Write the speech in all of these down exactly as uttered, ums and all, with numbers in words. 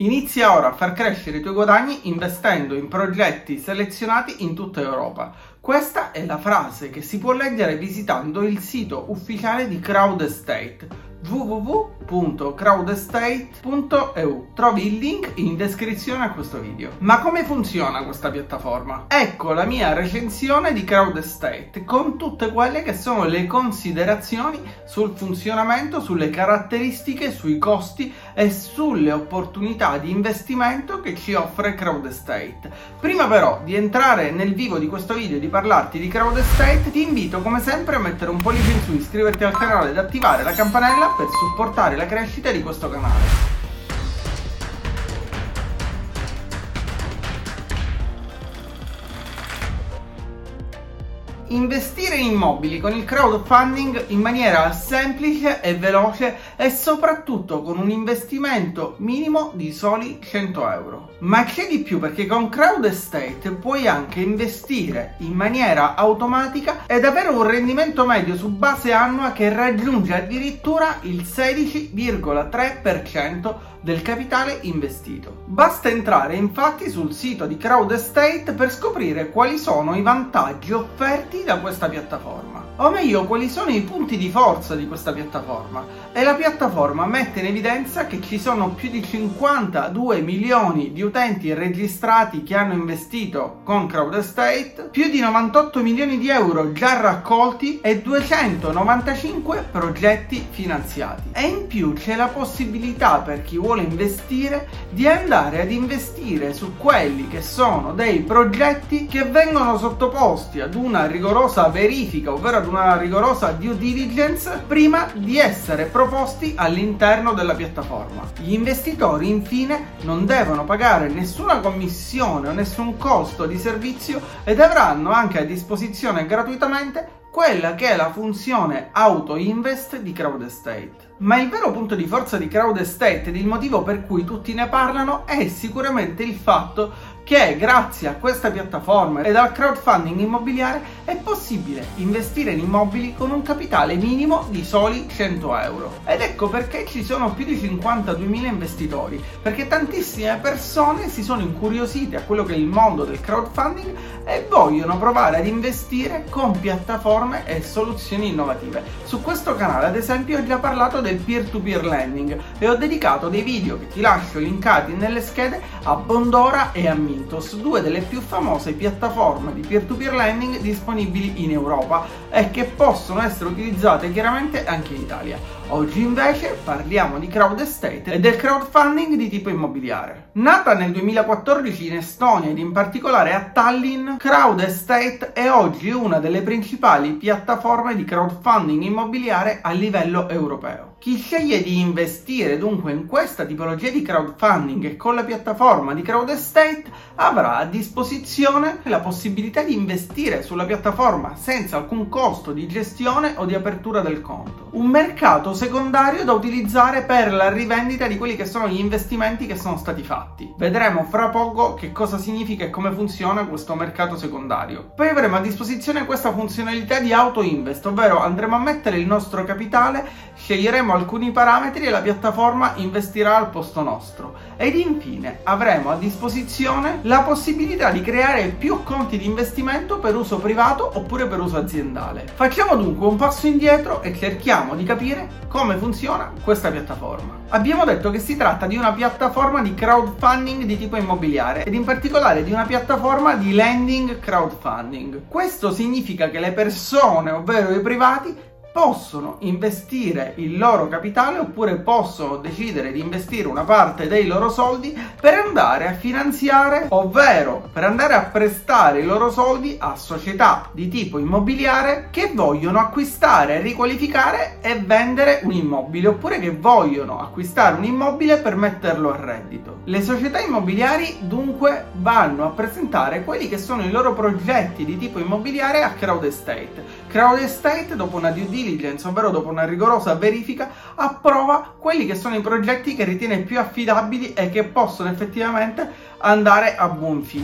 Inizia ora a far crescere i tuoi guadagni investendo in progetti selezionati in tutta Europa. Questa è la frase che si può leggere visitando il sito ufficiale di CrowdEstate, w w w punto crowdestate punto e u. Trovi il link in descrizione a questo video. Ma come funziona questa piattaforma? Ecco la mia recensione di CrowdEstate con tutte quelle che sono le considerazioni sul funzionamento, sulle caratteristiche, sui costi e sulle opportunità di investimento che ci offre CrowdEstate. Prima però di entrare nel vivo di questo video e di parlarti di CrowdEstate, ti invito come sempre a mettere un pollice in su, iscriverti al canale ed attivare la campanella per supportare la crescita di questo canale. Investire in immobili con il crowdfunding in maniera semplice e veloce e soprattutto con un investimento minimo di soli cento euro. Ma c'è di più, perché con CrowdEstate puoi anche investire in maniera automatica ed avere un rendimento medio su base annua che raggiunge addirittura il sedici virgola tre per cento del capitale investito. Basta entrare infatti sul sito di CrowdEstate per scoprire quali sono i vantaggi offerti da questa piattaforma, o meglio quali sono i punti di forza di questa piattaforma. E la piattaforma mette in evidenza che ci sono più di cinquantadue milioni di utenti registrati che hanno investito con CrowdEstate, più di novantotto milioni di euro già raccolti e duecentonovantacinque progetti finanziati. E in più c'è la possibilità per chi vuole investire di andare ad investire su quelli che sono dei progetti che vengono sottoposti ad una rigorosa verifica, ovvero ad una rigorosa due diligence prima di essere proposti all'interno della piattaforma. Gli investitori infine non devono pagare nessuna commissione o nessun costo di servizio ed avranno anche a disposizione gratuitamente quella che è la funzione Auto Invest di CrowdEstate. Ma il vero punto di forza di CrowdEstate ed il motivo per cui tutti ne parlano è sicuramente il fatto che grazie a questa piattaforma ed al crowdfunding immobiliare è possibile investire in immobili con un capitale minimo di soli cento euro. Ed ecco perché ci sono più di cinquantaduemila investitori, perché tantissime persone si sono incuriosite a quello che è il mondo del crowdfunding e vogliono provare ad investire con piattaforme e soluzioni innovative. Su questo canale ad esempio ho già parlato del peer-to-peer lending e ho dedicato dei video che ti lascio linkati nelle schede a Bondora e a Mintos, due delle più famose piattaforme di peer-to-peer lending disponibili in Europa e che possono essere utilizzate chiaramente anche in Italia. Oggi invece parliamo di CrowdEstate e del crowdfunding di tipo immobiliare. Nata nel duemilaquattordici in Estonia ed in particolare a Tallinn, CrowdEstate è oggi una delle principali piattaforme di crowdfunding immobiliare a livello europeo. Chi sceglie di investire dunque in questa tipologia di crowdfunding e con la piattaforma di CrowdEstate avrà a disposizione la possibilità di investire sulla piattaforma senza alcun costo di gestione o di apertura del conto. Un mercato secondario da utilizzare per la rivendita di quelli che sono gli investimenti che sono stati fatti. Vedremo fra poco che cosa significa e come funziona questo mercato secondario. Poi avremo a disposizione questa funzionalità di Auto Invest, ovvero andremo a mettere il nostro capitale, sceglieremo alcuni parametri e la piattaforma investirà al posto nostro. Ed infine avremo a disposizione la possibilità di creare più conti di investimento per uso privato oppure per uso aziendale. Facciamo dunque un passo indietro e cerchiamo di capire come funziona questa piattaforma. Abbiamo detto che si tratta di una piattaforma di crowdfunding di tipo immobiliare ed in particolare di una piattaforma di lending crowdfunding. Questo significa che le persone, ovvero i privati, possono investire il loro capitale oppure possono decidere di investire una parte dei loro soldi per andare a finanziare, ovvero per andare a prestare i loro soldi a società di tipo immobiliare che vogliono acquistare, riqualificare e vendere un immobile, oppure che vogliono acquistare un immobile per metterlo a reddito. Le società immobiliari dunque vanno a presentare quelli che sono i loro progetti di tipo immobiliare a CrowdEstate. CrowdEstate, dopo una due diligence, ovvero dopo una rigorosa verifica, approva quelli che sono i progetti che ritiene più affidabili e che possono effettivamente andare a buon fine.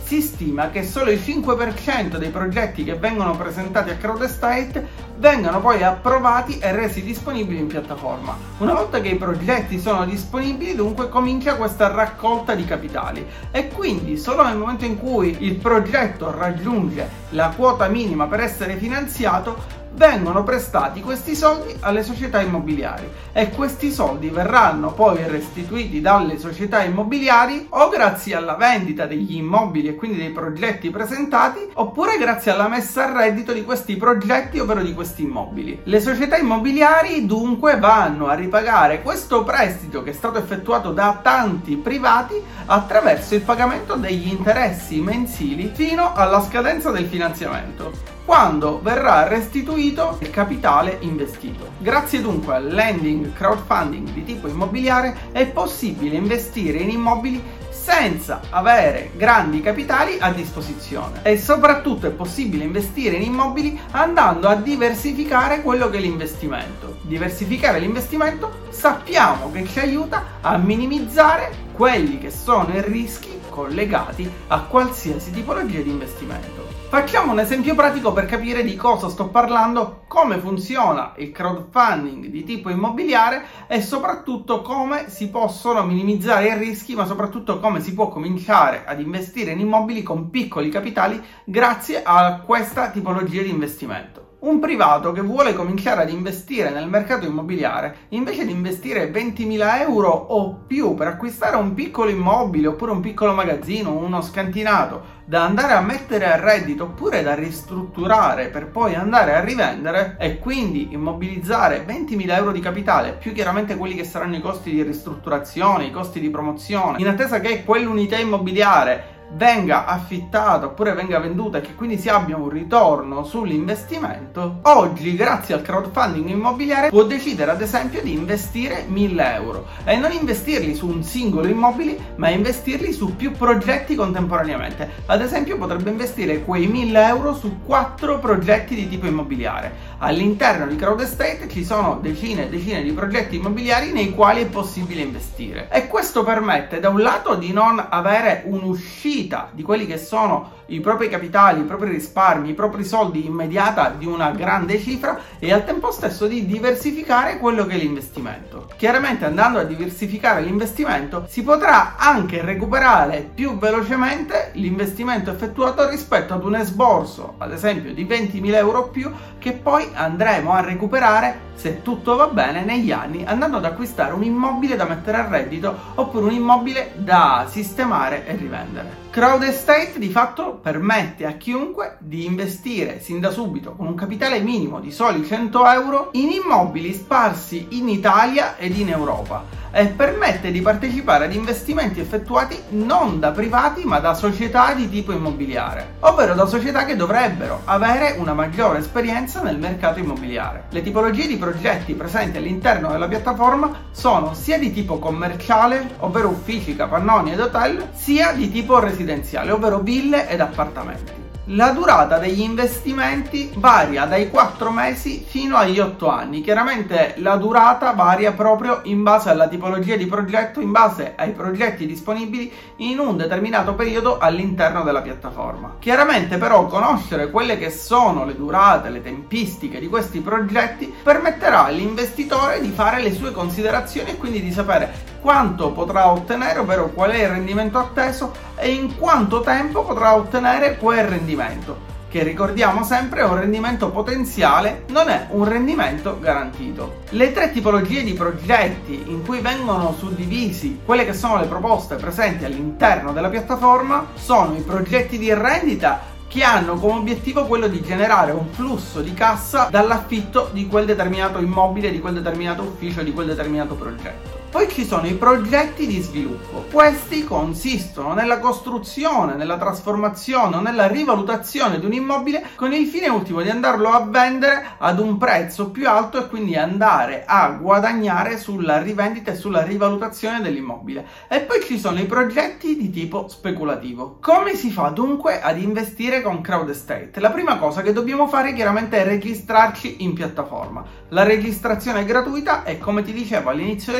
si stima che solo il cinque per cento dei progetti che vengono presentati a CrowdEstate vengano poi approvati e resi disponibili in piattaforma. Una volta che i progetti sono disponibili, dunque comincia questa raccolta di capitali e quindi solo nel momento in cui il progetto raggiunge la quota minima per essere finanziato vengono prestati questi soldi alle società immobiliari e questi soldi verranno poi restituiti dalle società immobiliari o grazie alla vendita degli immobili e quindi dei progetti presentati, oppure grazie alla messa a reddito di questi progetti, ovvero di questi immobili. Le società immobiliari dunque vanno a ripagare questo prestito che è stato effettuato da tanti privati attraverso il pagamento degli interessi mensili fino alla scadenza del finanziamento, quando verrà restituito il capitale investito. Grazie dunque al lending crowdfunding di tipo immobiliare è possibile investire in immobili senza avere grandi capitali a disposizione e soprattutto è possibile investire in immobili andando a diversificare quello che è l'investimento. Diversificare l'investimento sappiamo che ci aiuta a minimizzare quelli che sono i rischi collegati a qualsiasi tipologia di investimento. Facciamo un esempio pratico per capire di cosa sto parlando, come funziona il crowdfunding di tipo immobiliare e soprattutto come si possono minimizzare i rischi, ma soprattutto come si può cominciare ad investire in immobili con piccoli capitali grazie a questa tipologia di investimento. Un privato che vuole cominciare ad investire nel mercato immobiliare, invece di investire ventimila euro o più per acquistare un piccolo immobile oppure un piccolo magazzino, uno scantinato da andare a mettere a reddito oppure da ristrutturare per poi andare a rivendere e quindi immobilizzare ventimila euro di capitale più chiaramente quelli che saranno i costi di ristrutturazione, i costi di promozione, in attesa che quell'unità immobiliare venga affittata oppure venga venduta e che quindi si abbia un ritorno sull'investimento, oggi grazie al crowdfunding immobiliare può decidere ad esempio di investire mille euro e non investirli su un singolo immobile ma investirli su più progetti contemporaneamente. Ad esempio potrebbe investire quei mille euro su quattro progetti di tipo immobiliare. All'interno di CrowdEstate ci sono decine e decine di progetti immobiliari nei quali è possibile investire e questo permette da un lato di non avere un'uscita di quelli che sono i propri capitali, i propri risparmi, i propri soldi immediata di una grande cifra e al tempo stesso di diversificare quello che è l'investimento. Chiaramente andando a diversificare l'investimento si potrà anche recuperare più velocemente l'investimento effettuato rispetto ad un esborso, ad esempio di ventimila euro o più, che poi andremo a recuperare, se tutto va bene, negli anni andando ad acquistare un immobile da mettere a reddito oppure un immobile da sistemare e rivendere. CrowdEstate di fatto permette a chiunque di investire sin da subito con un capitale minimo di soli cento euro in immobili sparsi in Italia ed in Europa e permette di partecipare ad investimenti effettuati non da privati ma da società di tipo immobiliare, ovvero da società che dovrebbero avere una maggiore esperienza nel mercato immobiliare. Le tipologie di progetti presenti all'interno della piattaforma sono sia di tipo commerciale, ovvero uffici, capannoni ed hotel, sia di tipo residenziale, ovvero ville ed appartamenti. La durata degli investimenti varia dai quattro mesi fino agli otto anni. Chiaramente la durata varia proprio in base alla tipologia di progetto, in base ai progetti disponibili in un determinato periodo all'interno della piattaforma. Chiaramente però conoscere quelle che sono le durate, le tempistiche di questi progetti permetterà all'investitore di fare le sue considerazioni e quindi di sapere quanto potrà ottenere, ovvero qual è il rendimento atteso e in quanto tempo potrà ottenere quel rendimento, che ricordiamo sempre è un rendimento potenziale, non è un rendimento garantito. Le tre tipologie di progetti in cui vengono suddivisi quelle che sono le proposte presenti all'interno della piattaforma sono i progetti di rendita, che hanno come obiettivo quello di generare un flusso di cassa dall'affitto di quel determinato immobile, di quel determinato ufficio, di quel determinato progetto. Poi ci sono i progetti di sviluppo. Questi consistono nella costruzione, nella trasformazione o nella rivalutazione di un immobile con il fine ultimo di andarlo a vendere ad un prezzo più alto e quindi andare a guadagnare sulla rivendita e sulla rivalutazione dell'immobile. E poi ci sono i progetti di tipo speculativo. Come si fa dunque ad investire con CrowdEstate? La prima cosa che dobbiamo fare chiaramente è registrarci in piattaforma. La registrazione è gratuita e come ti dicevo all'inizio del video in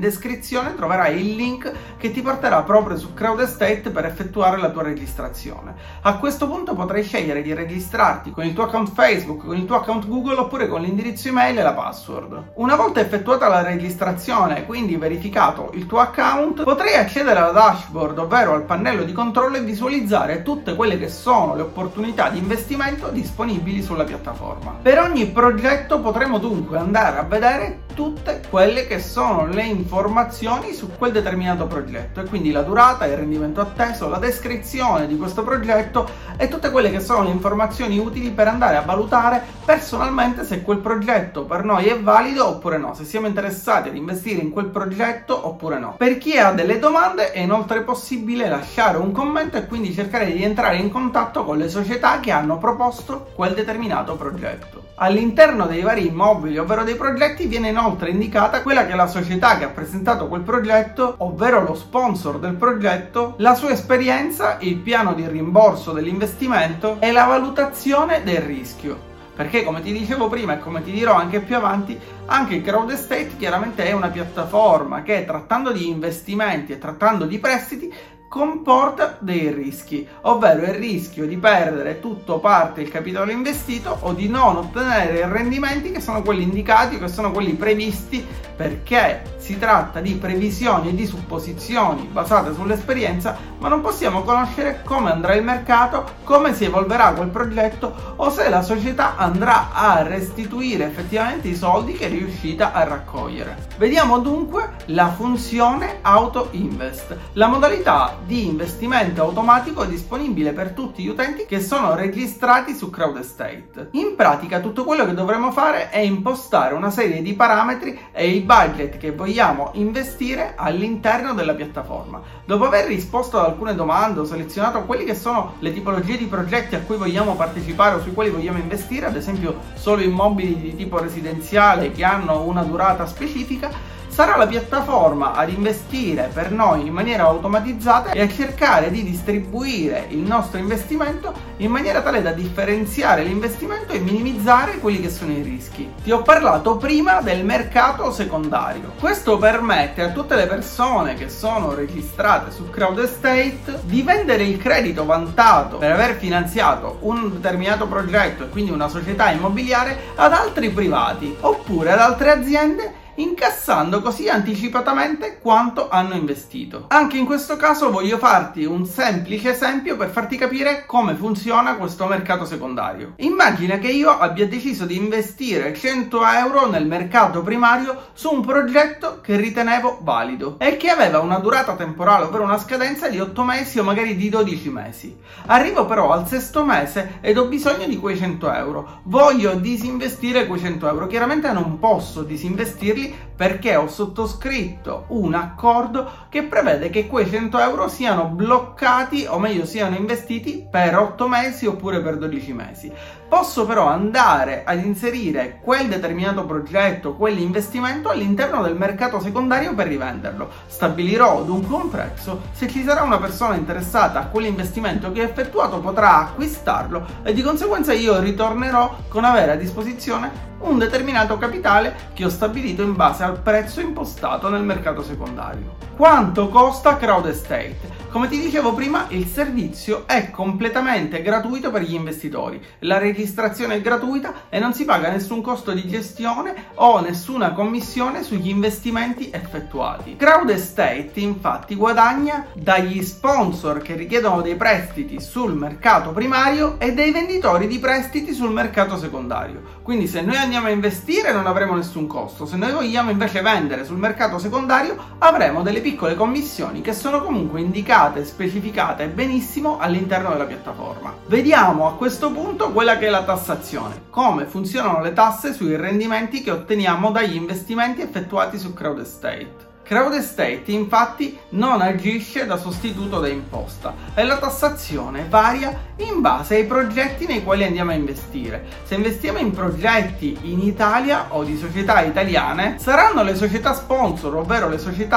descrizione troverai il link che ti porterà proprio su CrowdEstate per effettuare la tua registrazione. A questo punto potrai scegliere di registrarti con il tuo account Facebook, con il tuo account Google oppure con l'indirizzo email e la password. Una volta effettuata la registrazione, quindi verificato il tuo account, potrai accedere alla dashboard, ovvero al pannello di controllo, e visualizzare tutte quelle che sono le opportunità di investimento disponibili sulla piattaforma. Per ogni progetto potremo dunque andare a vedere tutte quelle che sono le informazioni su quel determinato progetto, e quindi la durata, il rendimento atteso, la descrizione di questo progetto e tutte quelle che sono le informazioni utili per andare a valutare personalmente se quel progetto per noi è valido oppure no, se siamo interessati ad investire in quel progetto oppure no. Per chi ha delle domande è inoltre possibile lasciare un commento e quindi cercare di entrare in contatto con le società che hanno proposto quel determinato progetto. All'interno dei vari immobili, ovvero dei progetti, viene inoltre indicata quella che è la società che ha presentato quel progetto, ovvero lo sponsor del progetto, la sua esperienza, il piano di rimborso dell'investimento e la valutazione del rischio. Perché, come ti dicevo prima e come ti dirò anche più avanti, anche il CrowdEstate chiaramente è una piattaforma che, trattando di investimenti e trattando di prestiti, comporta dei rischi, ovvero il rischio di perdere tutto o parte del capitale investito o di non ottenere rendimenti che sono quelli indicati o che sono quelli previsti, perché si tratta di previsioni e di supposizioni basate sull'esperienza, ma non possiamo conoscere come andrà il mercato, come si evolverà quel progetto o se la società andrà a restituire effettivamente i soldi che è riuscita a raccogliere. Vediamo dunque la funzione Auto Invest, la modalità di investimento automatico disponibile per tutti gli utenti che sono registrati su CrowdEstate. In pratica tutto quello che dovremo fare è impostare una serie di parametri e i budget che vogliamo investire all'interno della piattaforma. Dopo aver risposto ad alcune domande o selezionato quelli che sono le tipologie di progetti a cui vogliamo partecipare o sui quali vogliamo investire, ad esempio solo immobili di tipo residenziale che hanno una durata specifica, sarà la piattaforma ad investire per noi in maniera automatizzata e a cercare di distribuire il nostro investimento in maniera tale da differenziare l'investimento e minimizzare quelli che sono i rischi. Ti ho parlato prima del mercato secondario. Questo permette a tutte le persone che sono registrate su CrowdEstate di vendere il credito vantato per aver finanziato un determinato progetto e quindi una società immobiliare ad altri privati oppure ad altre aziende, incassando così anticipatamente quanto hanno investito. Anche in questo caso voglio farti un semplice esempio per farti capire come funziona questo mercato secondario. Immagina che io abbia deciso di investire cento euro nel mercato primario su un progetto che ritenevo valido e che aveva una durata temporale, ovvero una scadenza di otto mesi o magari di dodici mesi. Arrivo però al sesto mese ed ho bisogno di quei cento euro. Voglio disinvestire quei cento euro. Chiaramente non posso disinvestirli perché ho sottoscritto un accordo che prevede che quei cento euro siano bloccati, o meglio siano investiti per otto mesi oppure per dodici mesi. Posso però andare ad inserire quel determinato progetto, quell'investimento all'interno del mercato secondario per rivenderlo. Stabilirò dunque un prezzo, se ci sarà una persona interessata a quell'investimento che ho effettuato potrà acquistarlo e di conseguenza io ritornerò con avere a disposizione un determinato capitale che ho stabilito in base al prezzo impostato nel mercato secondario. Quanto costa CrowdEstate? Come ti dicevo prima, il servizio è completamente gratuito per gli investitori, la registrazione è gratuita e non si paga nessun costo di gestione o nessuna commissione sugli investimenti effettuati. CrowdEstate infatti guadagna dagli sponsor che richiedono dei prestiti sul mercato primario e dei venditori di prestiti sul mercato secondario. Quindi se noi andiamo a investire non avremo nessun costo, se noi vogliamo invece vendere sul mercato secondario avremo delle piccole commissioni che sono comunque indicate e specificate benissimo all'interno della piattaforma. Vediamo a questo punto quella che è la tassazione, come funzionano le tasse sui rendimenti che otteniamo dagli investimenti effettuati su CrowdEstate. CrowdEstate infatti non agisce da sostituto da imposta e la tassazione varia in base ai progetti nei quali andiamo a investire. Se investiamo in progetti in Italia o di società italiane, saranno le società sponsor, ovvero le società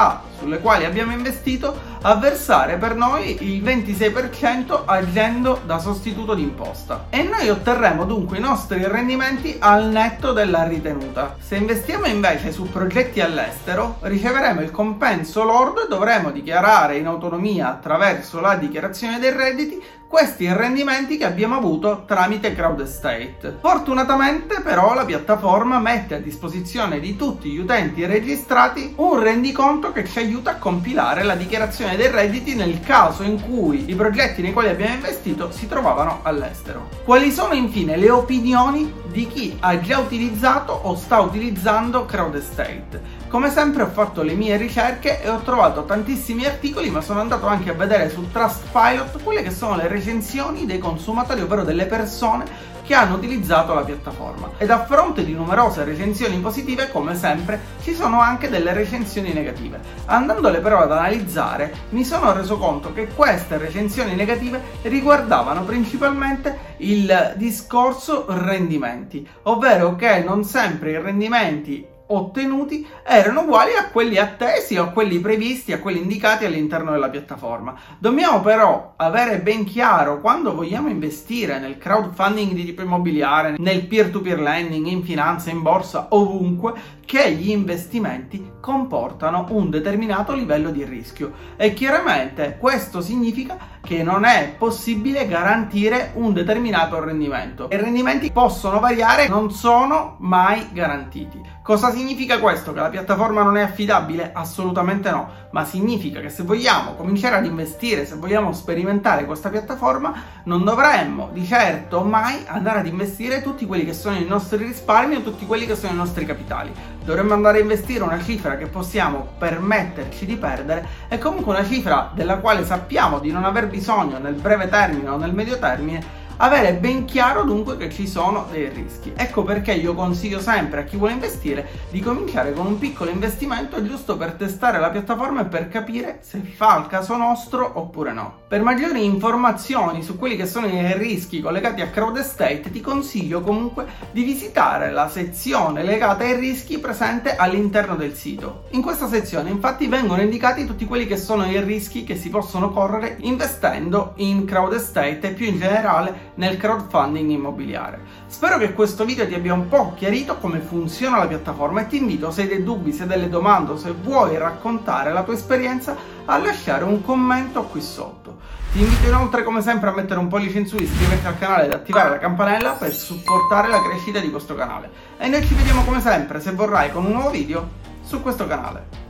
sulle quali abbiamo investito a versare per noi il ventisei per cento agendo da sostituto d'imposta. E noi otterremo dunque i nostri rendimenti al netto della ritenuta. Se investiamo invece su progetti all'estero, riceveremo il compenso lordo e dovremo dichiarare in autonomia attraverso la dichiarazione dei redditi questi rendimenti che abbiamo avuto tramite CrowdEstate. Fortunatamente però la piattaforma mette a disposizione di tutti gli utenti registrati un rendiconto che ci aiuta a compilare la dichiarazione dei redditi nel caso in cui i progetti nei quali abbiamo investito si trovavano all'estero. Quali sono infine le opinioni di chi ha già utilizzato o sta utilizzando CrowdEstate? Come sempre ho fatto le mie ricerche e ho trovato tantissimi articoli, ma sono andato anche a vedere su Trustpilot quelle che sono le recensioni dei consumatori, ovvero delle persone che hanno utilizzato la piattaforma. Ed a fronte di numerose recensioni positive, come sempre, ci sono anche delle recensioni negative. Andandole però ad analizzare, mi sono reso conto che queste recensioni negative riguardavano principalmente il discorso rendimenti, ovvero che non sempre i rendimenti ottenuti erano uguali a quelli attesi o a quelli previsti, a quelli indicati all'interno della piattaforma. Dobbiamo però avere ben chiaro, quando vogliamo investire nel crowdfunding di tipo immobiliare, nel peer-to-peer lending, in finanza, in borsa, ovunque, che gli investimenti comportano un determinato livello di rischio e chiaramente questo significa che non è possibile garantire un determinato rendimento. I rendimenti possono variare, non sono mai garantiti. Cosa significa questo? Che la piattaforma non è affidabile? Assolutamente no, ma significa che se vogliamo cominciare ad investire, se vogliamo sperimentare questa piattaforma, non dovremmo di certo mai andare ad investire tutti quelli che sono i nostri risparmi o tutti quelli che sono i nostri capitali. Dovremmo andare a investire una cifra che possiamo permetterci di perdere e comunque una cifra della quale sappiamo di non aver bisogno nel breve termine o nel medio termine, avere ben chiaro dunque che ci sono dei rischi. Ecco perché io consiglio sempre a chi vuole investire di cominciare con un piccolo investimento giusto per testare la piattaforma e per capire se fa al caso nostro oppure no. Per maggiori informazioni su quelli che sono i rischi collegati a CrowdEstate ti consiglio comunque di visitare la sezione legata ai rischi presente all'interno del sito. In questa sezione infatti vengono indicati tutti quelli che sono i rischi che si possono correre investendo in CrowdEstate e più in generale nel crowdfunding immobiliare. Spero che questo video ti abbia un po' chiarito come funziona la piattaforma e ti invito, se hai dei dubbi, se hai delle domande o se vuoi raccontare la tua esperienza, a lasciare un commento qui sotto. Ti invito inoltre come sempre a mettere un pollice in su, iscriverti al canale ed attivare la campanella per supportare la crescita di questo canale. E noi ci vediamo come sempre, se vorrai, con un nuovo video su questo canale.